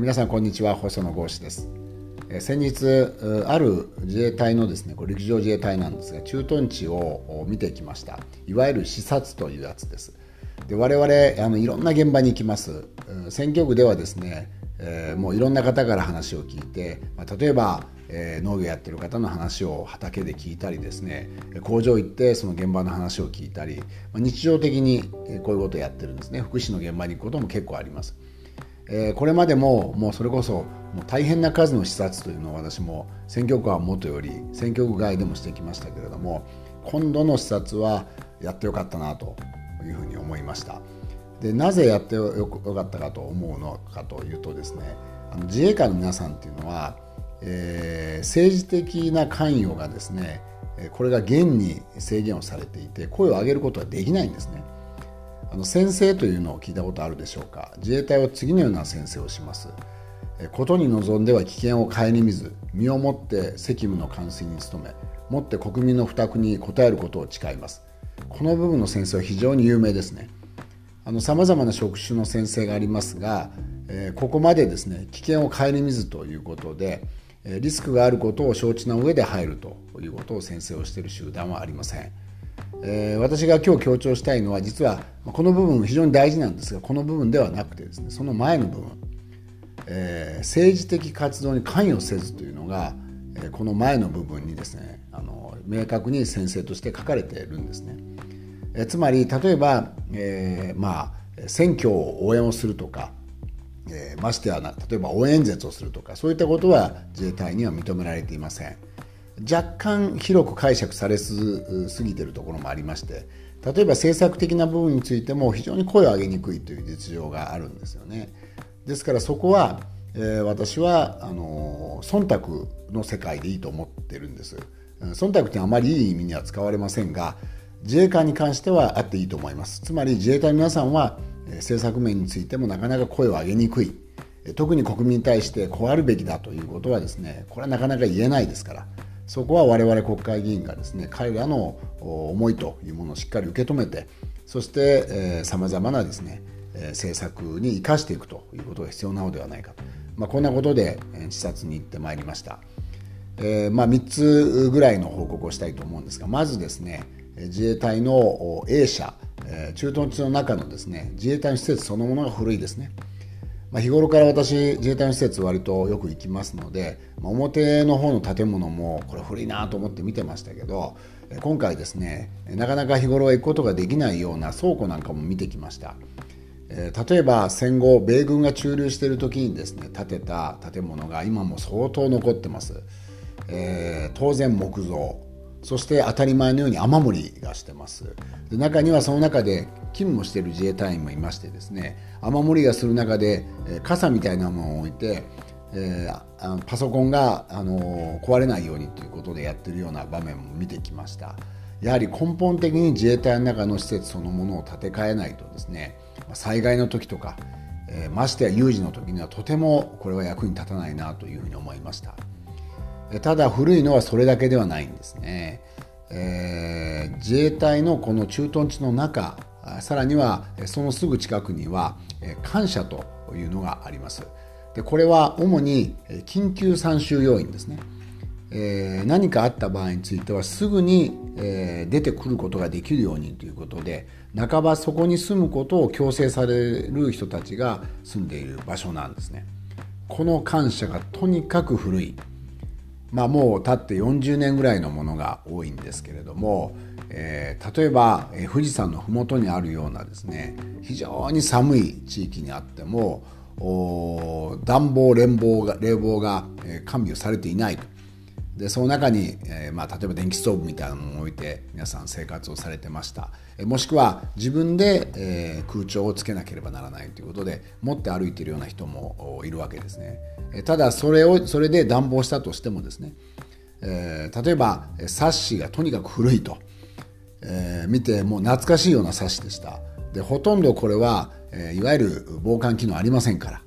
皆さんこんにちは、細野豪志です。先日ある自衛隊のですね、これ陸上自衛隊なんですが、駐屯地を見てきました。いわゆる視察というやつです。で、我々いろんな現場に行きます。選挙区ではですね、もういろんな方から話を聞いて、例えば農業やってる方の話を畑で聞いたりですね、工場行ってその現場の話を聞いたり、日常的にこういうことをやってるんですね。福祉の現場に行くことも結構あります。これまでもそれこそ大変な数の視察というのを私も選挙区はもとより選挙区外でもしてきましたけれども、今度の視察はやってよかったなというふうに思いました。で、なぜやってよかったかと思うのかというとですね、自衛官の皆さんっていうのは、政治的な関与がですね、これが厳に制限をされていて声を上げることはできないんですね。宣誓というのを聞いたことあるでしょうか。自衛隊は次のような宣誓をします。ことに臨んでは危険を顧みず、身をもって責務の完遂に努め、もって国民の負託に応えることを誓います。この部分の宣誓は非常に有名ですね。さまざまな職種の宣誓がありますが、ここまでですね、危険を顧みずということで、リスクがあることを承知の上で入るということを宣誓をしている集団はありません。私が今日強調したいのは、実はこの部分非常に大事なんですが、この部分ではなくてですね、その前の部分、政治的活動に関与せずというのが、この前の部分にですね、明確に宣誓として書かれているんですね。つまり例えば、選挙を応援をするとか、ましてや例えば応援演説をするとか、そういったことは自衛隊には認められていません。若干広く解釈されすぎているところもありまして、例えば政策的な部分についても非常に声を上げにくいという実情があるんですよね。ですからそこは、私は忖度の世界でいいと思っているんです。忖度ってあまりいい意味には使われませんが、自衛官に関してはあっていいと思います。つまり自衛隊の皆さんは政策面についてもなかなか声を上げにくい、特に国民に対してこうあるべきだということはですね、これはなかなか言えないですから、そこは我々国会議員がですね、彼らの思いというものをしっかり受け止めて、そしてさまざまなですね、政策に生かしていくということが必要なのではないかと、こんなことで視察に行ってまいりました。3つぐらいの報告をしたいと思うんですが、まずですね、自衛隊の営舎、駐屯地の中のですね、自衛隊の施設そのものが古いですね。日頃から私、自衛隊の施設割とよく行きますので、表の方の建物もこれ古いなと思って見てましたけど、今回ですね、なかなか日頃は行くことができないような倉庫なんかも見てきました。例えば戦後米軍が駐留している時にですね、建てた建物が今も相当残ってます。当然木造、そして当たり前のように雨漏りがしてます。で、中にはその中で勤務している自衛隊員もいましてですね、雨漏りがする中で傘みたいなものを置いて、パソコンが壊れないようにということでやっているような場面も見てきました。やはり根本的に自衛隊の中の施設そのものを建て替えないとですね、災害の時とか、ましてや有事の時にはとてもこれは役に立たないなというふうに思いました。ただ古いのはそれだけではないんですね。自衛隊のこの駐屯地の中、さらにはそのすぐ近くには官舎というのがあります。で、これは主に緊急参集要員ですね。何かあった場合についてはすぐに出てくることができるようにということで、半ばそこに住むことを強制される人たちが住んでいる場所なんですね。この官舎がとにかく古い、もう経って40年ぐらいのものが多いんですけれども、例えば富士山の麓にあるようなですね、非常に寒い地域にあっても暖房冷房が完備されていないと。で、その中に、例えば電気ストーブみたいなものを置いて皆さん生活をされてました。もしくは自分で、空調をつけなければならないということで持って歩いているような人もいるわけですね。ただそれで暖房したとしてもですね、例えばサッシがとにかく古いと、見てもう懐かしいようなサッシでした。で、ほとんどこれは、いわゆる防寒機能ありませんから、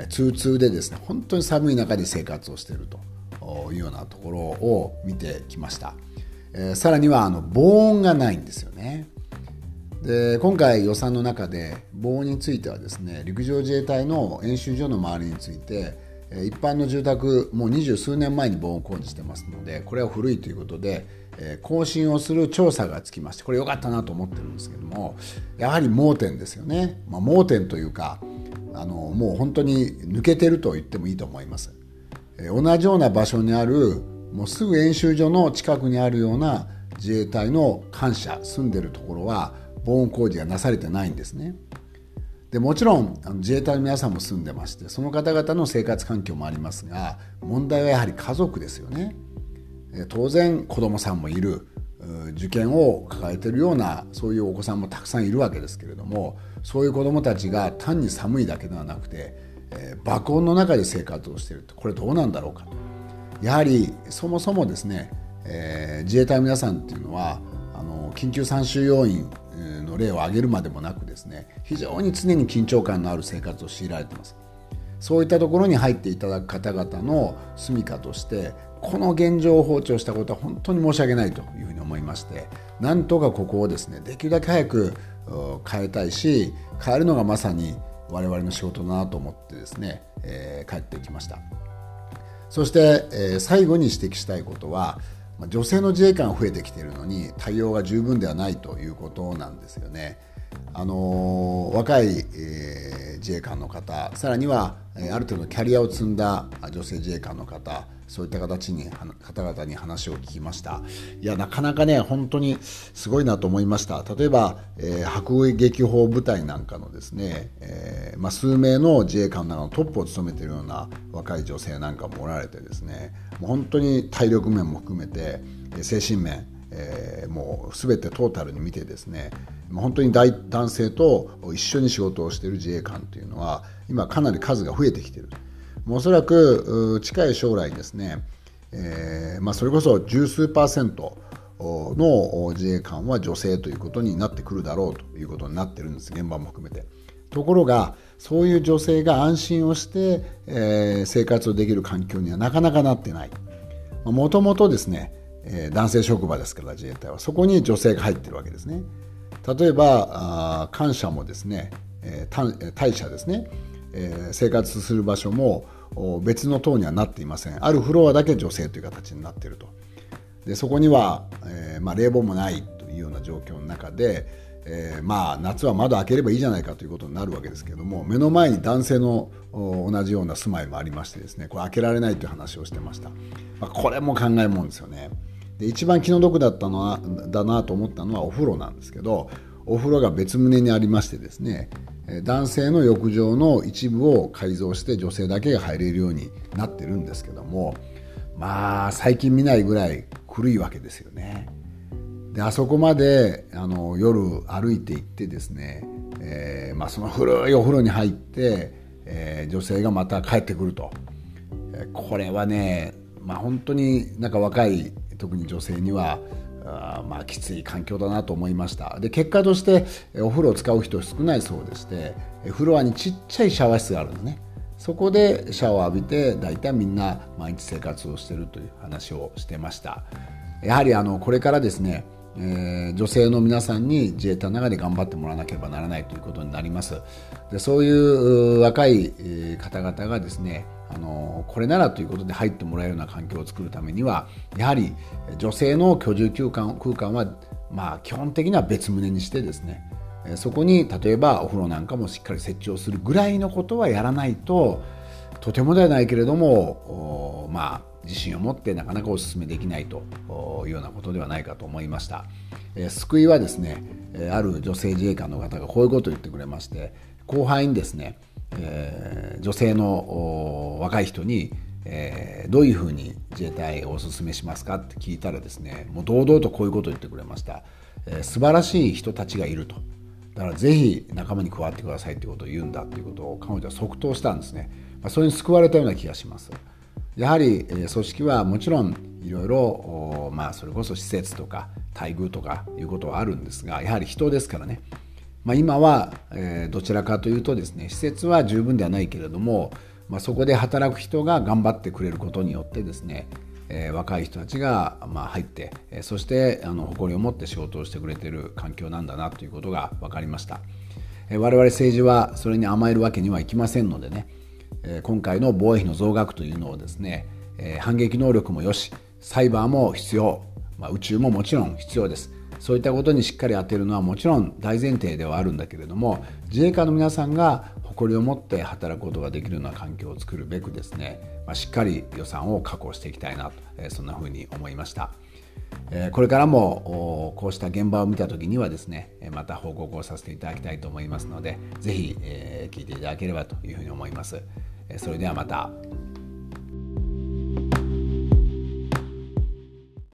通通でですね、本当に寒い中で生活をしているというようなところを見てきました。さらには防音がないんですよね。 で今回予算の中で防音についてはですね、陸上自衛隊の演習所の周りについて一般の住宅もう20数年前に防音工事してますので、これは古いということで更新をする調査がつきまして、これ良かったなと思ってるんですけども、やはり盲点ですよね。盲点というかもう本当に抜けてると言ってもいいと思います。同じような場所にあるもうすぐ演習所の近くにあるような自衛隊の官舎、住んでるところは防音工事がなされてないんですね。でもちろん自衛隊の皆さんも住んでまして、その方々の生活環境もありますが、問題はやはり家族ですよね。当然子供さんもいる、受験を抱えているようなそういうお子さんもたくさんいるわけですけれども、そういう子供たちが単に寒いだけではなくて、爆音の中で生活をしていると、これどうなんだろうかと。やはりそもそもですね、自衛隊の皆さんっていうのは緊急参集要員の例を挙げるまでもなくですね、非常に常に緊張感のある生活を強いられています。そういったところに入っていただく方々の住処として、この現状を放置をしたことは本当に申し訳ないというふうに思いまして、なんとかここをですね、できるだけ早く変えたいし、変えるのがまさに我々の仕事だなと思ってですね、帰ってきました。そして、最後に指摘したいことは、女性の自衛官が増えてきているのに対応が十分ではないということなんですよね。若い、自衛官の方、さらにはある程度キャリアを積んだ女性自衛官の方、そういった方々に話を聞きました。いや、なかなかね、本当にすごいなと思いました。例えば、迫撃砲部隊なんかのですね、数名の自衛官のトップを務めているような若い女性なんかもおられてですね、もう本当に体力面も含めて精神面、もう全てトータルに見てですね、本当に男性と一緒に仕事をしている自衛官というのは今かなり数が増えてきている。おそらく近い将来ですね、それこそ十数%の自衛官は女性ということになってくるだろうということになっているんです、現場も含めて。ところがそういう女性が安心をして、生活をできる環境にはなかなかなってない。もともとですね、男性職場ですから自衛隊は、そこに女性が入っているわけですね。例えば官舎もですね、隊舎ですね、生活する場所も別の棟にはなっていません。あるフロアだけ女性という形になっていると。でそこには、冷房もないというような状況の中で、夏は窓開ければいいじゃないかということになるわけですけれども、目の前に男性の同じような住まいもありましてですね、これ開けられないという話をしてました。これも考えもんですよね。で一番気の毒だなと思ったのはお風呂なんですけど、お風呂が別棟にありましてですね、男性の浴場の一部を改造して女性だけが入れるようになってるんですけども、最近見ないぐらい古いわけですよね。であそこまで夜歩いて行ってですね、その古いお風呂に入って、女性がまた帰ってくると、これはね、本当になんか若い特に女性にはきつい環境だなと思いました。で結果としてお風呂を使う人少ないそうでして、フロアにちっちゃいシャワー室があるのね。そこでシャワーを浴びて大体みんな毎日生活をしているという話をしてました。やはりこれからですね、女性の皆さんに自衛隊の中で頑張ってもらわなければならないということになります。でそういう若い方々がですね、これならということで入ってもらえるような環境を作るためには、やはり女性の居住空間は基本的には別棟にしてですね、そこに例えばお風呂なんかもしっかり設置をするぐらいのことはやらないと、とてもではないけれども自信を持ってなかなかお勧めできないというようなことではないかと思いました。救いはですね、ある女性自衛官の方がこういうことを言ってくれまして、後輩にですね、女性の若い人に、どういうふうに自衛隊をお勧めしますかって聞いたらですね、もう堂々とこういうことを言ってくれました。素晴らしい人たちがいると、だからぜひ仲間に加わってくださいということを言うんだということを彼女は即答したんですね。それに救われたような気がします。やはり組織はもちろんいろいろそれこそ施設とか待遇とかいうことはあるんですが、やはり人ですからね、今はどちらかというとですね、施設は十分ではないけれども、そこで働く人が頑張ってくれることによってですね、 若い人たちが入って、そして誇りを持って仕事をしてくれている環境なんだなということが分かりました。我々政治はそれに甘えるわけにはいきませんのでね、今回の防衛費の増額というのをですね、反撃能力もよし、サイバーも必要、宇宙ももちろん必要です。そういったことにしっかり当てるのはもちろん大前提ではあるんだけれども、自衛官の皆さんが誇りを持って働くことができるような環境を作るべくですね、しっかり予算を確保していきたいなと、そんなふうに思いました。これからもこうした現場を見たときにはですね、また報告をさせていただきたいと思いますので、ぜひ聞いていただければというふうに思います。それではまた。